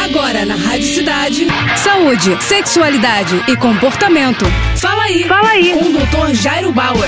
Agora na Rádio Cidade, saúde, sexualidade e comportamento. Fala aí, com o Dr. Jairo Bauer.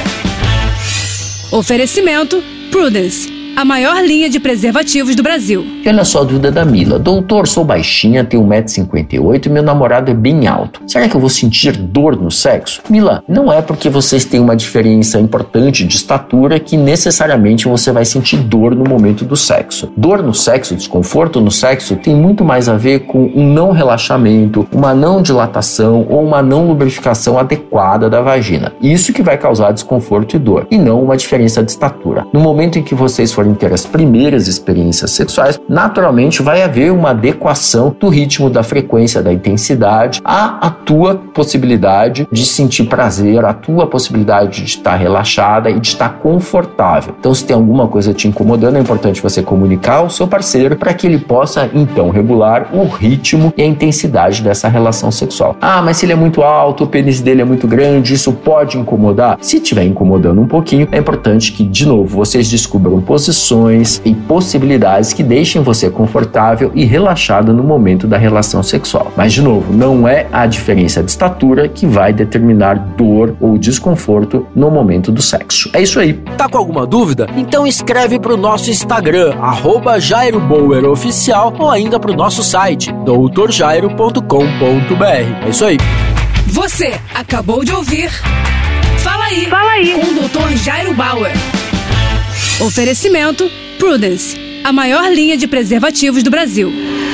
Oferecimento Prudence, a maior linha de preservativos do Brasil. E olha só a dúvida da Mila. Doutor, sou baixinha, tenho 1,58 m e meu namorado é bem alto. Será que eu vou sentir dor no sexo? Mila, não é porque vocês têm uma diferença importante de estatura que necessariamente você vai sentir dor no momento do sexo. Dor no sexo, desconforto no sexo, tem muito mais a ver com um não relaxamento, uma não dilatação ou uma não lubrificação adequada da vagina. Isso que vai causar desconforto e dor, e não uma diferença de estatura. No momento em que vocês forem ter as primeiras experiências sexuais, naturalmente vai haver uma adequação do ritmo, da frequência, da intensidade, à tua possibilidade de sentir prazer, à tua possibilidade de estar relaxada e de estar confortável. Então, se tem alguma coisa te incomodando, é importante você comunicar ao seu parceiro para que ele possa, então, regular o ritmo e a intensidade dessa relação sexual. Ah, mas se ele é muito alto, o pênis dele é muito grande, isso pode incomodar? Se estiver incomodando um pouquinho, é importante que, de novo, vocês descubram posições e possibilidades que deixem você confortável e relaxado no momento da relação sexual. Mas, de novo, não é a diferença de estatura que vai determinar dor ou desconforto no momento do sexo. É isso aí. Tá com alguma dúvida? Então escreve pro nosso Instagram, @JairoBauerOficial, ou ainda pro nosso site, doutorjairo.com.br. É isso aí. Você acabou de ouvir Fala aí, com o Dr. Jairo Bauer. Oferecimento Prudence, a maior linha de preservativos do Brasil.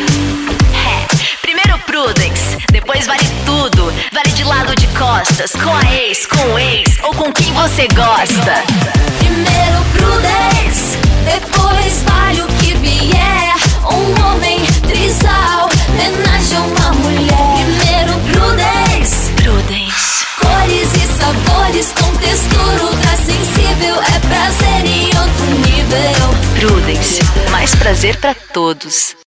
Primeiro Prudence, depois vale tudo. Vale de lado, de costas, com a ex, com o ex ou com quem você gosta. Primeiro Prudence, depois vale o que vier. Um homem trisal, homenagem a uma mulher. Primeiro Prudence, cores e sabores com textura ultra sensível. É prazer em outro nível. Prudence, mais prazer pra todos.